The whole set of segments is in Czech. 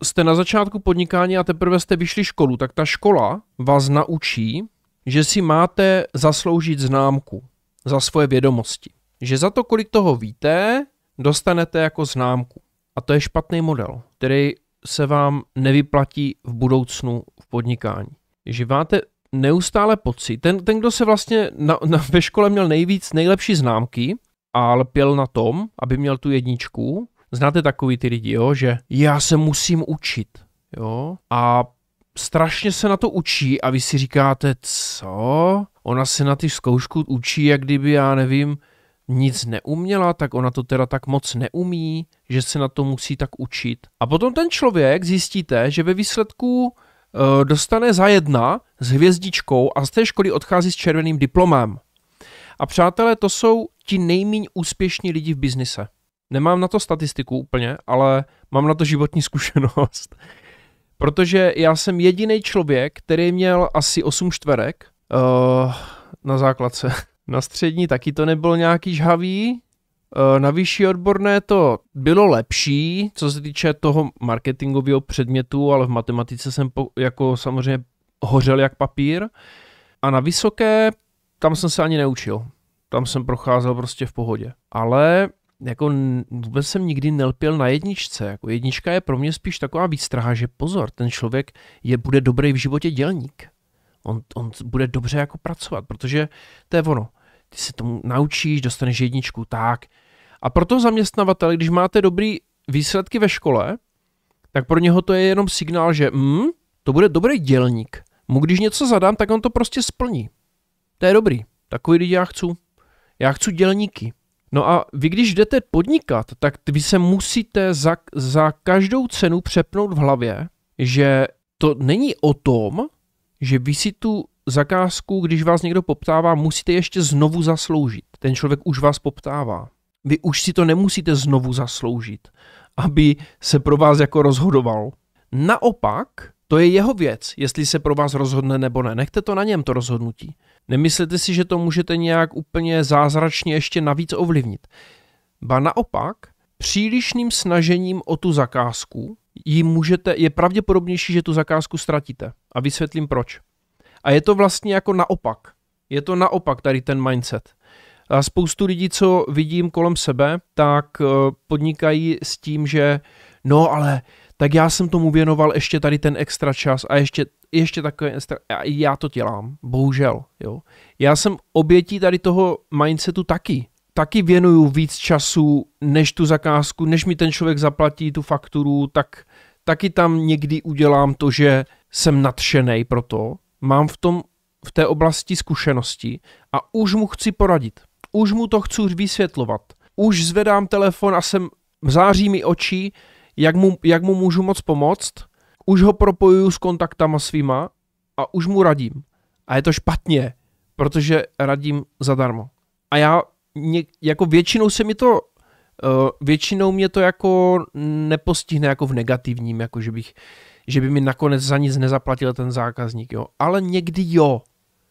jste na začátku podnikání a teprve jste vyšli školu, tak ta škola vás naučí, že si máte zasloužit známku za svoje vědomosti. Že za to, kolik toho víte, dostanete jako známku. A to je špatný model, který se vám nevyplatí v budoucnu v podnikání. Že máte neustále pocit, ten kdo se vlastně ve škole měl nejlepší známky a lpěl na tom, aby měl tu jedničku, znáte takový ty lidi, jo, že já se musím učit, jo, a strašně se na to učí a vy si říkáte, co? Ona se na ty zkoušku učí, jak kdyby, já nevím, nic neuměla, tak ona to teda tak moc neumí, že se na to musí tak učit. A potom ten člověk zjistíte, že ve výsledku dostane za 1 s hvězdičkou a z té školy odchází s červeným diplomem. A přátelé, to jsou ti nejméně úspěšní lidi v biznise. Nemám na to statistiku úplně, ale mám na to životní zkušenost. Protože já jsem jediný člověk, který měl asi 8 čtverek na základce. Na střední taky to nebylo nějaký žhavý. Na vyšší odborné to bylo lepší, co se týče toho marketingového předmětu, ale v matematice jsem jako samozřejmě hořel jak papír. A na vysoké, tam jsem se ani neučil. Tam jsem procházel prostě v pohodě. Ale jako vůbec jsem nikdy nelpěl na jedničce. Jako jednička je pro mě spíš taková výstraha, že pozor, ten člověk bude dobrý v životě dělník. On bude dobře jako pracovat, protože to je ono. Ty se tomu naučíš, dostaneš jedničku, tak. A proto zaměstnavatel, když máte dobrý výsledky ve škole, tak pro něho to je jenom signál, že to bude dobrý dělník. Když něco zadám, tak on to prostě splní. To je dobrý. Takový lidi já chci. Já chci dělníky. No a vy, když jdete podnikat, tak vy se musíte za každou cenu přepnout v hlavě, že to není o tom, že vy si tu zakázku, když vás někdo poptává, musíte ještě znovu zasloužit. Ten člověk už vás poptává. Vy už si to nemusíte znovu zasloužit, aby se pro vás jako rozhodoval. Naopak, to je jeho věc, jestli se pro vás rozhodne nebo ne. Nechte to na něm, to rozhodnutí. Nemyslete si, že to můžete nějak úplně zázračně ještě navíc ovlivnit. Ba naopak, přílišným snažením o tu zakázku je pravděpodobnější, že tu zakázku ztratíte. A vysvětlím proč. A je to vlastně jako naopak. Je to naopak tady ten mindset. A spoustu lidí, co vidím kolem sebe, tak podnikají s tím, že no ale tak já jsem tomu věnoval ještě tady ten extra čas a ještě takový extra, já to dělám, bohužel. Jo. Já jsem obětí tady toho mindsetu taky. Taky věnuju víc času než tu zakázku, než mi ten člověk zaplatí tu fakturu, tak taky tam někdy udělám to, že jsem nadšenej pro to. Mám v té oblasti zkušenosti a už mu chci poradit. Už mu to chci vysvětlovat. Už zvedám telefon a září mi oči, jak mu můžu moc pomoct. Už ho propojuju s kontaktama svýma a už mu radím. A je to špatně, protože radím zadarmo. A já jako většinou mě to jako nepostihne jako v negativním, jako že by mi nakonec za nic nezaplatil ten zákazník, jo. Ale někdy jo.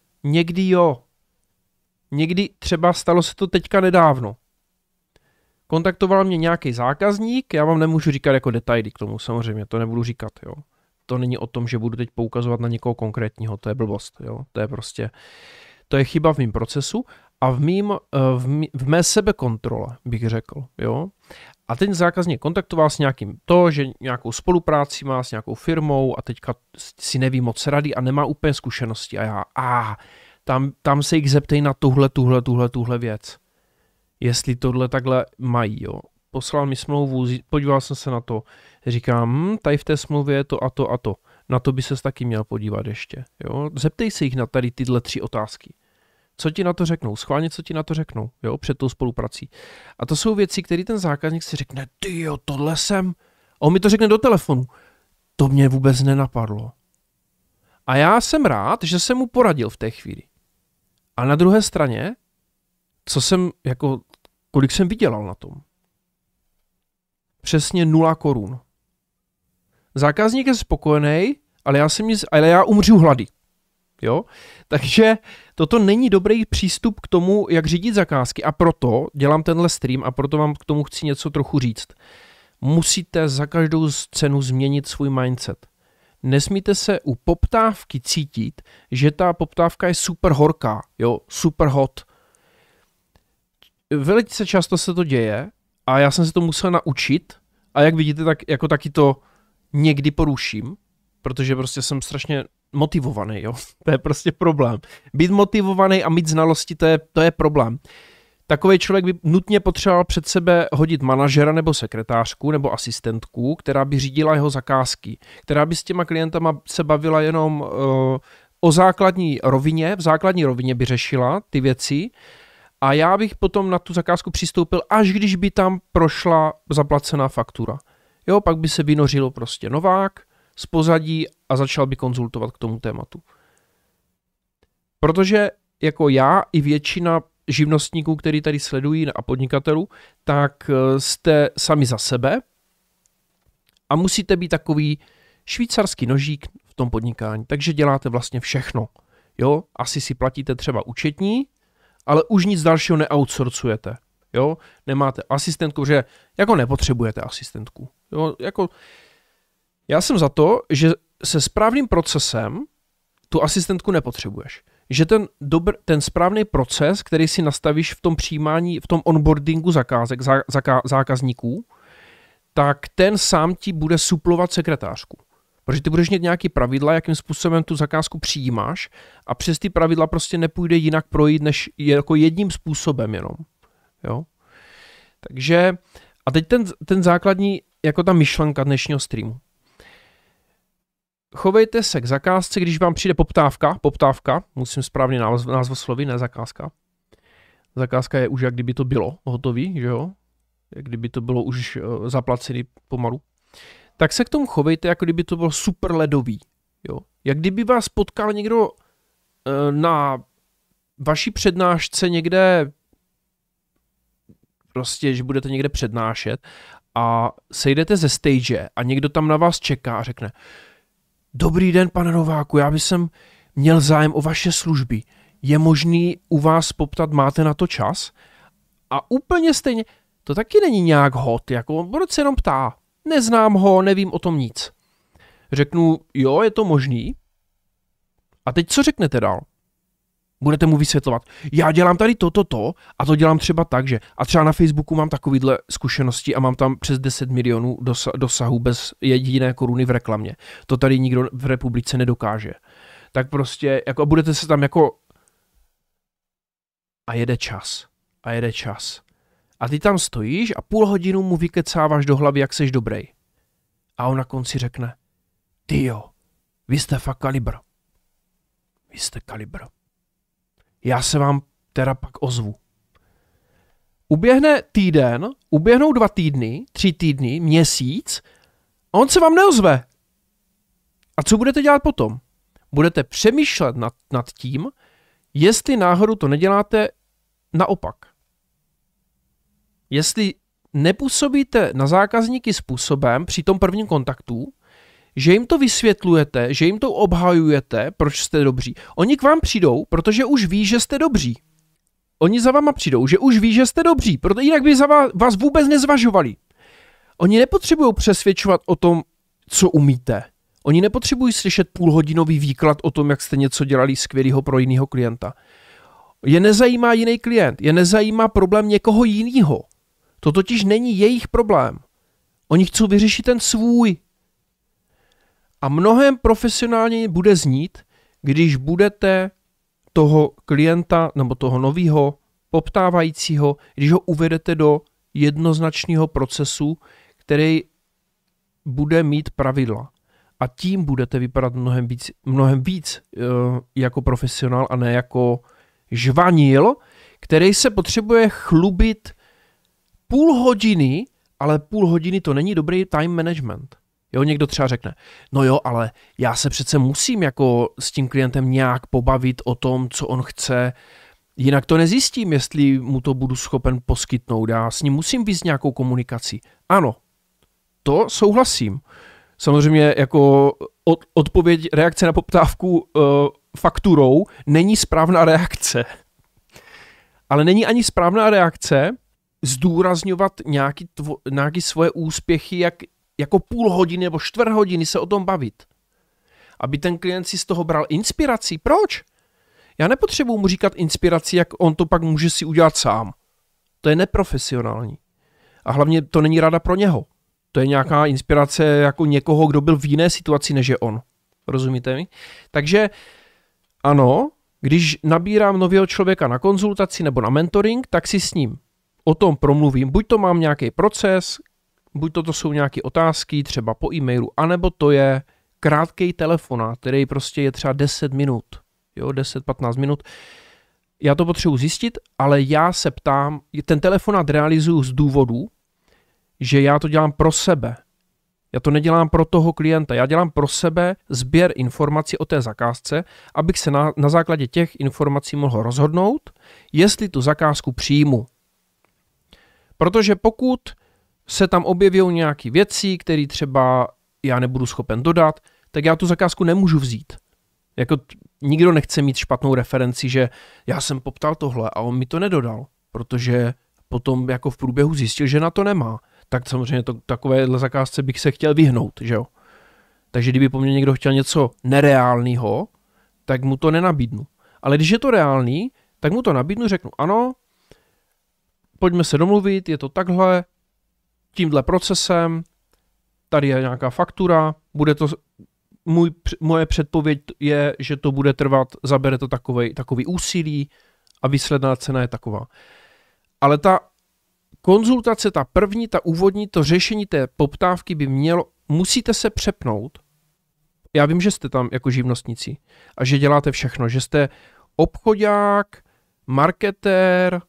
Někdy třeba stalo se to teďka nedávno. Kontaktoval mě nějaký zákazník, já vám nemůžu říkat jako detaily k tomu, samozřejmě, to nebudu říkat, jo. To není o tom, že budu teď poukazovat na někoho konkrétního, to je blbost, jo. To je chyba v mém procesu a v mé sebekontrole, bych řekl, jo. A ten zákazník kontaktoval s že nějakou spolupráci má s nějakou firmou a teďka si neví moc rady a nemá úplně zkušenosti a já, tam se jich zeptej na tuhle věc. Jestli tohle takhle mají, jo. Poslal mi smlouvu, podíval jsem se na to, říkám, tady v té smlouvě je to a to a to. Na to by ses taky měl podívat ještě, jo. Zeptej se jich na tady tyhle 3 otázky. Co ti na to řeknou? Schválně, co ti na to řeknou, jo, před tou spoluprací. A to jsou věci, které ten zákazník si řekne, tyjo, tohle jsem. A on mi to řekne do telefonu. To mě vůbec nenapadlo. A já jsem rád, že jsem mu poradil v té chvíli. A na druhé straně, kolik jsem vydělal na tom? Přesně 0 korun. Zákazník je spokojený, ale já umřu hlady. Jo? Takže toto není dobrý přístup k tomu, jak řídit zakázky a proto dělám tenhle stream a proto vám k tomu chci něco trochu říct. musíte za každou cenu změnit svůj mindset. Nesmíte se u poptávky cítit, že ta poptávka je super horká, jo, super hot. Velice často se to děje a já jsem se to musel naučit a jak vidíte, tak jako taky to někdy poruším, protože prostě jsem strašně motivovaný, jo. To je prostě problém. Být motivovaný a mít znalosti, to je problém. Takový člověk by nutně potřeboval před sebe hodit manažera nebo sekretářku nebo asistentku, která by řídila jeho zakázky, která by s těma klientama se bavila jenom o základní rovině, v základní rovině by řešila ty věci a já bych potom na tu zakázku přistoupil, až když by tam prošla zaplacená faktura. Jo, pak by se vynořilo prostě novák z pozadí a začal by konzultovat k tomu tématu. Protože jako já i většina živnostníků, který tady sledují a podnikatelů, tak jste sami za sebe a musíte být takový švýcarský nožík v tom podnikání. Takže děláte vlastně všechno. Jo? Asi si platíte třeba účetní, ale už nic dalšího neoutsourcujete. Jo? Nemáte asistentku, že jako nepotřebujete asistentku. Jo? Jako, já jsem za to, že se správným procesem tu asistentku nepotřebuješ. Že ten správný proces, který si nastavíš v tom přijímání, v tom onboardingu zákazníků, tak ten sám ti bude suplovat sekretářku. Protože ty budeš mít nějaký pravidla, jakým způsobem tu zakázku přijímáš a přes ty pravidla prostě nepůjde jinak projít, než jako jedním způsobem jenom. Jo? Takže a teď ten základní, jako ta myšlenka dnešního streamu. Chovejte se k zakázce, když vám přijde poptávka, musím správně názvosloví, ne zakázka. Zakázka je už jak kdyby to bylo hotový, že jo? Jak kdyby to bylo už zaplacený pomalu. Tak se k tomu chovejte, jako kdyby to bylo super ledový. Jo? Jak kdyby vás potkal někdo na vaší přednášce někde, prostě, že budete někde přednášet a sejdete ze stage a někdo tam na vás čeká a řekne: Dobrý den, pane Nováku, já bych měl zájem o vaše služby. Je možný u vás poptat, máte na to čas? A úplně stejně, to taky není nějak hot, jako on se jenom ptá. Neznám ho, nevím o tom nic. Řeknu, jo, je to možný. A teď co řeknete dál? Budete mu vysvětlovat, já dělám tady to a to dělám třeba tak, že a třeba na Facebooku mám takovýhle zkušenosti a mám tam přes 10 milionů dosahu bez jediné koruny v reklamě. To tady nikdo v republice nedokáže. Tak prostě, jako budete se tam jako a jede čas. A ty tam stojíš a půl hodinu mu vykecáváš do hlavy, jak seš dobrý. A on na konci řekne, tyjo, vy jste fakt kalibr. Vy jste kalibr. Já se vám teda pak ozvu. Uběhne týden, uběhnou 2 týdny, 3 týdny, měsíc a on se vám neozve. A co budete dělat potom? Budete přemýšlet nad tím, jestli náhodou to neděláte naopak. Jestli nepůsobíte na zákazníky způsobem při tom prvním kontaktu, že jim to vysvětlujete, že jim to obhajujete, proč jste dobří. Oni k vám přijdou, protože už ví, že jste dobří. Oni za váma přijdou, že už ví, že jste dobří, protože jinak by za vás vůbec nezvažovali. Oni nepotřebují přesvědčovat o tom, co umíte. Oni nepotřebují slyšet půlhodinový výklad o tom, jak jste něco dělali skvělého pro jiného klienta. Je nezajímá jiný klient, je nezajímá problém někoho jiného. To totiž není jejich problém. Oni chcou vyřešit ten svůj. A mnohem profesionálněji bude znít, když budete toho klienta nebo toho nového poptávajícího, když ho uvedete do jednoznačného procesu, který bude mít pravidla. A tím budete vypadat mnohem víc jako profesionál a ne jako žvanil, který se potřebuje chlubit půl hodiny, ale půl hodiny to není dobrý time management. Jo, někdo třeba řekne, no jo, ale já se přece musím jako s tím klientem nějak pobavit o tom, co on chce, jinak to nezjistím, jestli mu to budu schopen poskytnout, já s ním musím vést nějakou komunikaci. Ano, to souhlasím. Samozřejmě jako odpověď, reakce na poptávku fakturou není správná reakce. Ale není ani správná reakce zdůrazňovat nějaký svoje úspěchy, jako půl hodiny nebo čtvrt hodiny se o tom bavit. Aby ten klient si z toho bral inspiraci. Proč? Já nepotřebuji mu říkat inspiraci, jak on to pak může si udělat sám. To je neprofesionální. A hlavně to není rada pro něho. To je nějaká inspirace jako někoho, kdo byl v jiné situaci, než je on. Rozumíte mi? Takže ano, když nabírám nového člověka na konzultaci nebo na mentoring, tak si s ním o tom promluvím. Buď to mám nějaký proces, buď to jsou nějaké otázky, třeba po e-mailu, anebo to je krátký telefonát, který prostě je třeba 10 minut, 10-15 minut. Já to potřebuji zjistit, ale já se ptám, ten telefonát realizuju z důvodu, že já to dělám pro sebe. Já to nedělám pro toho klienta, já dělám pro sebe sběr informací o té zakázce, abych se na základě těch informací mohl rozhodnout, jestli tu zakázku přijmu. Protože pokud se tam objeví nějaké věci, které třeba já nebudu schopen dodat, tak já tu zakázku nemůžu vzít. Jako nikdo nechce mít špatnou referenci, že já jsem poptal tohle a on mi to nedodal, protože potom jako v průběhu zjistil, že na to nemá. Tak samozřejmě takovéhle zakázce bych se chtěl vyhnout, že jo. Takže kdyby po mně někdo chtěl něco nereálného, tak mu to nenabídnu. Ale když je to reálný, tak mu to nabídnu, řeknu ano, pojďme se domluvit, je to takhle, tímhle procesem, tady je nějaká faktura, bude to, moje předpověď je, že to bude trvat, zabere to takový úsilí a výsledná cena je taková. Ale ta konzultace, ta první, ta úvodní, to řešení té poptávky by musíte se přepnout. Já vím, že jste tam jako živnostníci a že děláte všechno, že jste obchodák, marketér,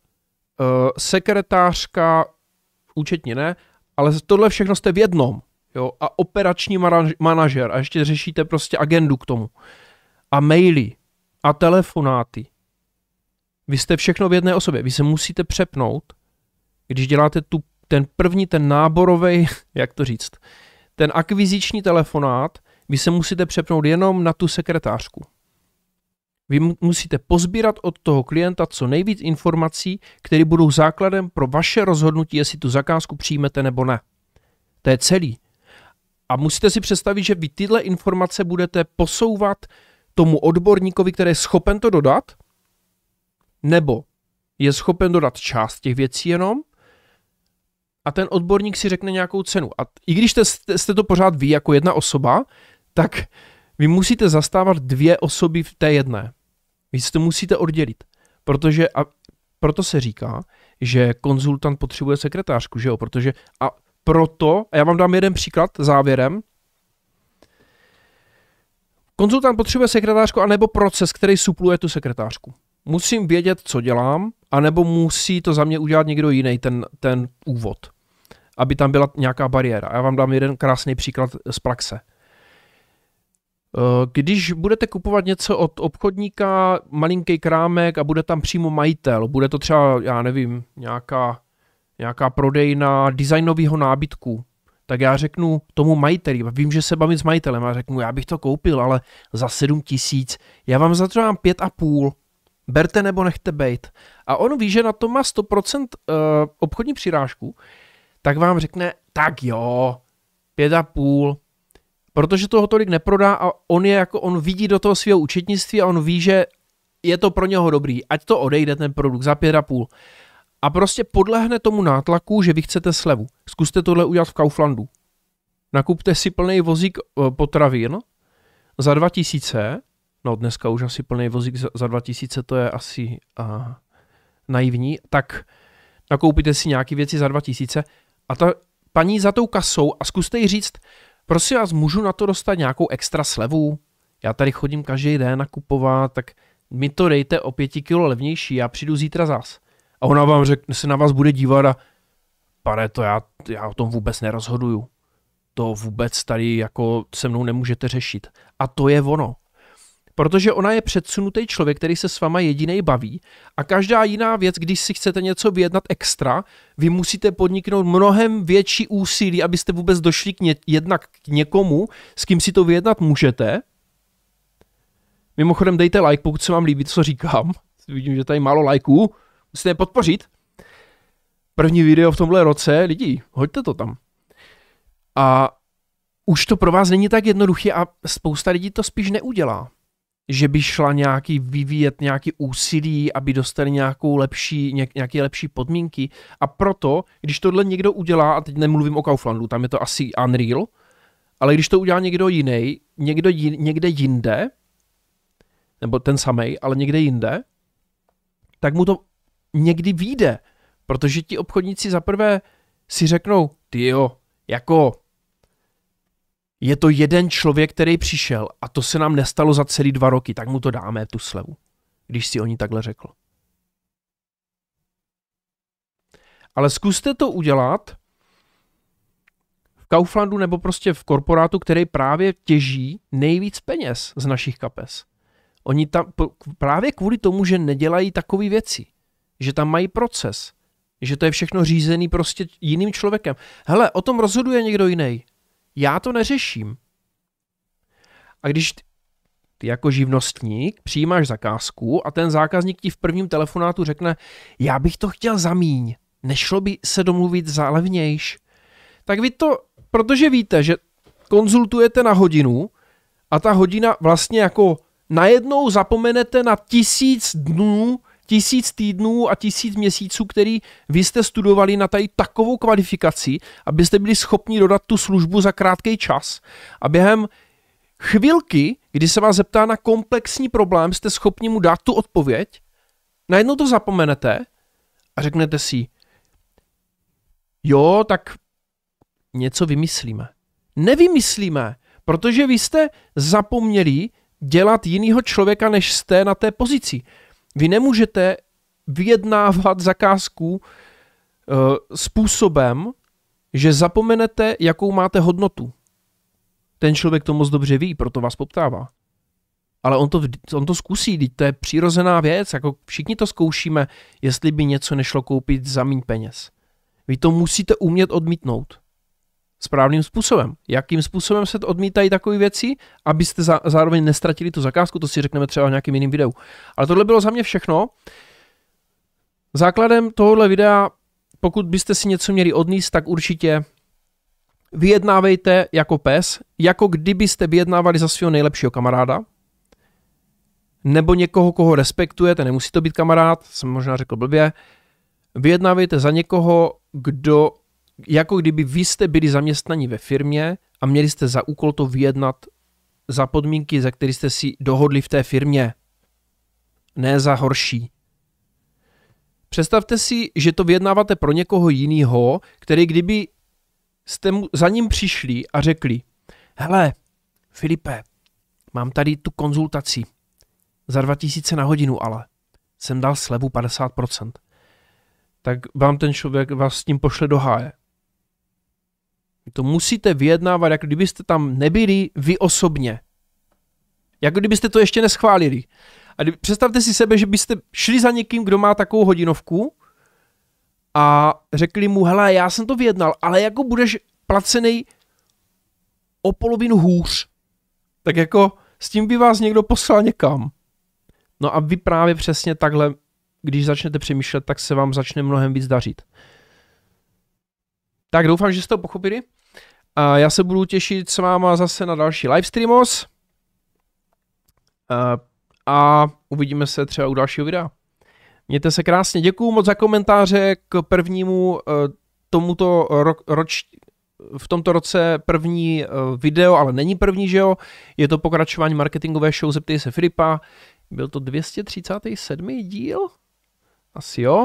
sekretářka, účetně ne, ale tohle všechno jste v jednom. Jo? A operační manažer a ještě řešíte prostě agendu k tomu. A maily a telefonáty. Vy jste všechno v jedné osobě. Vy se musíte přepnout, když děláte ten náborový, jak to říct, ten akviziční telefonát, vy se musíte přepnout jenom na tu sekretářku. Vy musíte pozbírat od toho klienta co nejvíc informací, které budou základem pro vaše rozhodnutí, jestli tu zakázku přijmete nebo ne. To je celý. A musíte si představit, že vy tyhle informace budete posouvat tomu odborníkovi, který je schopen to dodat, nebo je schopen dodat část těch věcí jenom, a ten odborník si řekne nějakou cenu. A i když jste to pořád vy jako jedna osoba, tak vy musíte zastávat dvě osoby v té jedné. Vy si to musíte oddělit. Proto se říká, že konzultant potřebuje sekretářku, že jo? A já vám dám jeden příklad závěrem. Konzultant potřebuje sekretářku anebo proces, který supluje tu sekretářku. Musím vědět, co dělám, anebo musí to za mě udělat někdo jiný, ten úvod, aby tam byla nějaká bariéra. Já vám dám jeden krásný příklad z praxe. Když budete kupovat něco od obchodníka, malinký krámek a bude tam přímo majitel, bude to třeba, já nevím, nějaká prodejna designového nábytku, tak já řeknu tomu majiteli, vím, že se bavím s majitelem, a řeknu, já bych to koupil, ale za 7 000, já vám za to dám 5,5, berte nebo nechte bejt. A on ví, že na to má 100% obchodní přirážku, tak vám řekne, tak jo, 5,5, protože toho tolik neprodá a on vidí do toho svého účetnictví a on ví, že je to pro něho dobrý, ať to odejde ten produkt za 5,5. A prostě podlehne tomu nátlaku, že vy chcete slevu. Zkuste tohle udělat v Kauflandu. Nakupte si plný vozík potravin za 2 000, no dneska už asi plný vozík za 2 000, to je asi naivní, tak nakoupíte si nějaké věci za 2 000 a ta paní za tou kasou a zkuste jí říct, prosím vás, můžu na to dostat nějakou extra slevu? Já tady chodím každý den nakupovat, tak mi to dejte o 5 kilo levnější, já přijdu zítra zas. A ona vám řekne, se na vás bude dívat a pane, to já o tom vůbec nerozhoduju. To vůbec tady jako se mnou nemůžete řešit. A to je ono. Protože ona je předsunutý člověk, který se s váma jedinej baví a každá jiná věc, když si chcete něco vyjednat extra, vy musíte podniknout mnohem větší úsilí, abyste vůbec došli jednak k někomu, s kým si to vyjednat můžete. Mimochodem dejte like, pokud se vám líbí, co říkám. Vidím, že tady málo lajků. Musíte je podpořit. První video v tomhle roce, lidi, hoďte to tam. A už to pro vás není tak jednoduché a spousta lidí to spíš neudělá. Že by šla vyvíjet nějaký úsilí, aby dostali nějaké lepší podmínky. A proto, když tohle někdo udělá, a teď nemluvím o Kauflandu, tam je to asi unreal, ale když to udělá někdo jiný, někde jinde, nebo ten samej, ale někde jinde, tak mu to někdy vyjde. Protože ti obchodníci zaprvé si řeknou, tyjo, jako je to jeden člověk, který přišel a to se nám nestalo za celý 2 roky, tak mu to dáme, tu slevu, když si oni takhle řekl. Ale zkuste to udělat v Kauflandu nebo prostě v korporátu, který právě těží nejvíc peněz z našich kapes. Oni tam právě kvůli tomu, že nedělají takové věci, že tam mají proces, že to je všechno řízený prostě jiným člověkem. Hele, o tom rozhoduje někdo jiný. Já to neřeším. A když ty jako živnostník přijímáš zakázku a ten zákazník ti v prvním telefonátu řekne, já bych to chtěl za míň, nešlo by se domluvit za levnějš, tak vy to, protože víte, že konzultujete na hodinu a ta hodina vlastně jako najednou zapomenete na 1000 dnů, 1000 týdnů a 1000 měsíců, který vy jste studovali na tady takovou kvalifikaci, abyste byli schopni dodat tu službu za krátký čas. A během chvilky, kdy se vás zeptá na komplexní problém, jste schopni mu dát tu odpověď, najednou to zapomenete a řeknete si, jo, tak něco vymyslíme. Nevymyslíme, protože vy jste zapomněli dělat jinýho člověka, než jste na té pozici. Vy nemůžete vyjednávat zakázku způsobem, že zapomenete, jakou máte hodnotu. Ten člověk to moc dobře ví, proto vás poptává. Ale on to zkusí, to je přirozená věc, jako všichni to zkoušíme, jestli by něco nešlo koupit za míň peněz. Vy to musíte umět odmítnout. Správným způsobem. Jakým způsobem se to odmítají takové věci, abyste zároveň nestratili tu zakázku, to si řekneme třeba v nějakém jiném videu. Ale tohle bylo za mě všechno. Základem tohohle videa, pokud byste si něco měli odníst, tak určitě vyjednávejte jako pes, jako kdybyste vyjednávali za svého nejlepšího kamaráda, nebo někoho, koho respektujete, nemusí to být kamarád, jsem možná řekl blbě, vyjednávejte za někoho, kdo jako kdyby vy jste byli zaměstnaní ve firmě a měli jste za úkol to vyjednat za podmínky, za které jste si dohodli v té firmě. Ne za horší. Představte si, že to vyjednáváte pro někoho jiného, který kdyby jste za ním přišli a řekli, hele, Filipe, mám tady tu konzultaci za 2000 na hodinu, ale jsem dal slevu 50%. Tak vám ten člověk vás s tím pošle do háje. To musíte vyjednávat, jako kdybyste tam nebyli vy osobně. Jako kdybyste to ještě neschválili. A představte si sebe, že byste šli za někým, kdo má takovou hodinovku a řekli mu, hele, já jsem to vyjednal, ale jako budeš placený o polovinu hůř. Tak jako s tím by vás někdo poslal někam. No a vy právě přesně takhle, když začnete přemýšlet, tak se vám začne mnohem víc dařit. Tak doufám, že jste to pochopili. A já se budu těšit s váma zase na další livestreamos. A uvidíme se třeba u dalšího videa. Mějte se krásně. Děkuju moc za komentáře k prvnímu v tomto roce první video, ale není první, že jo? Je to pokračování marketingové show Zeptej se Filipa. Byl to 237. díl? Asi jo.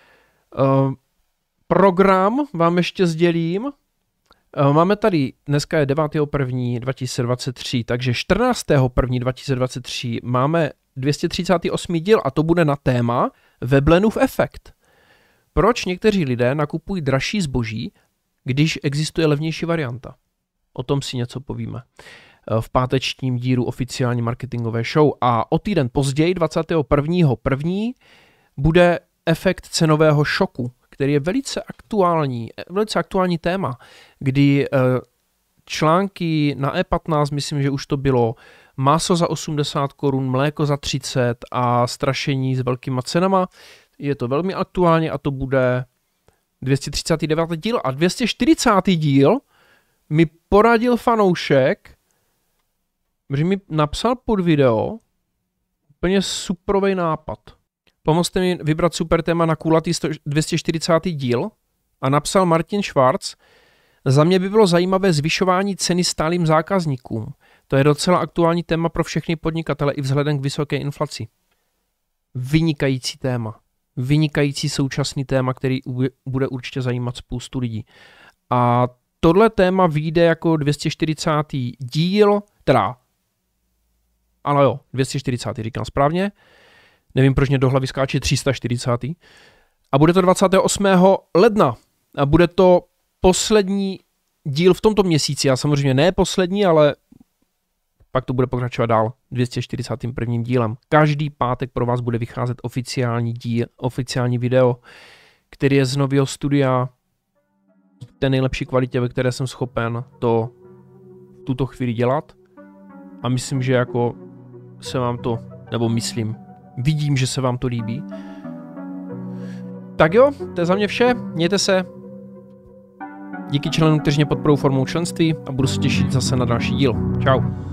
Program vám ještě sdělím. Máme tady, dneska je 9.1.2023, takže 14.1.2023 máme 238. díl a to bude na téma Veblenův efekt. Proč někteří lidé nakupují dražší zboží, když existuje levnější varianta? O tom si něco povíme v pátečním dílu oficiální marketingové show. A o týden později, 21.1. bude efekt cenového šoku, který je velice aktuální téma, kdy články na E15, myslím, že už to bylo maso za 80 korun, mléko za 30 a strašení s velkýma cenama. Je to velmi aktuálně a to bude 239. díl a 240. díl mi poradil fanoušek, že mi napsal pod video úplně superový nápad. Pomozte mi vybrat super téma na kulatý 240. díl a napsal Martin Schwarz, za mě by bylo zajímavé zvyšování ceny stálým zákazníkům. To je docela aktuální téma pro všechny podnikatele i vzhledem k vysoké inflaci. Vynikající téma. Vynikající současný téma, který bude určitě zajímat spoustu lidí. A tohle téma vyjde jako 240. díl, ale jo, 240. říkám správně. Nevím, proč mě do hlavy skáče 340. A bude to 28. ledna. A bude to poslední díl v tomto měsíci. A samozřejmě ne poslední, ale pak to bude pokračovat dál 241. dílem. Každý pátek pro vás bude vycházet oficiální video, který je z nového studia v té nejlepší kvalitě, ve které jsem schopen to v tuto chvíli dělat. A myslím, že jako se vám to, nebo vidím, že se vám to líbí. Tak jo, to je za mě vše. Mějte se. Díky členům, kteří mě podporují formou členství a budu se těšit zase na další díl. Čau.